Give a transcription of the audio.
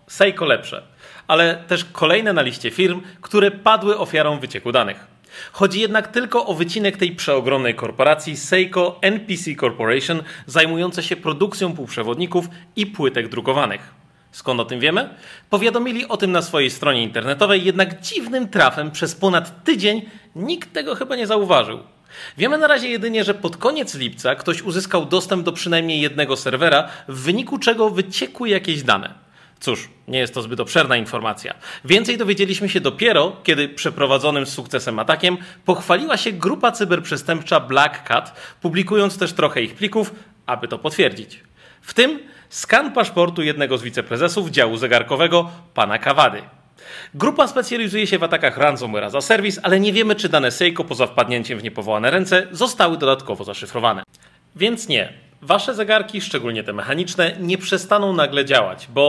Seiko lepsze, ale też kolejne na liście firm, które padły ofiarą wycieku danych. Chodzi jednak tylko o wycinek tej przeogromnej korporacji Seiko NPC Corporation, zajmujące się produkcją półprzewodników i płytek drukowanych. Skąd o tym wiemy? Powiadomili o tym na swojej stronie internetowej, jednak dziwnym trafem przez ponad tydzień nikt tego chyba nie zauważył. Wiemy na razie jedynie, że pod koniec lipca ktoś uzyskał dostęp do przynajmniej jednego serwera, w wyniku czego wyciekły jakieś dane. Cóż, nie jest to zbyt obszerna informacja. Więcej dowiedzieliśmy się dopiero, kiedy przeprowadzonym z sukcesem atakiem pochwaliła się grupa cyberprzestępcza Black Cat, publikując też trochę ich plików, aby to potwierdzić. W tym skan paszportu jednego z wiceprezesów działu zegarkowego, pana Kawady. Grupa specjalizuje się w atakach ransomware as a service, ale nie wiemy, czy dane Seiko poza wpadnięciem w niepowołane ręce zostały dodatkowo zaszyfrowane. Więc nie, wasze zegarki, szczególnie te mechaniczne, nie przestaną nagle działać, bo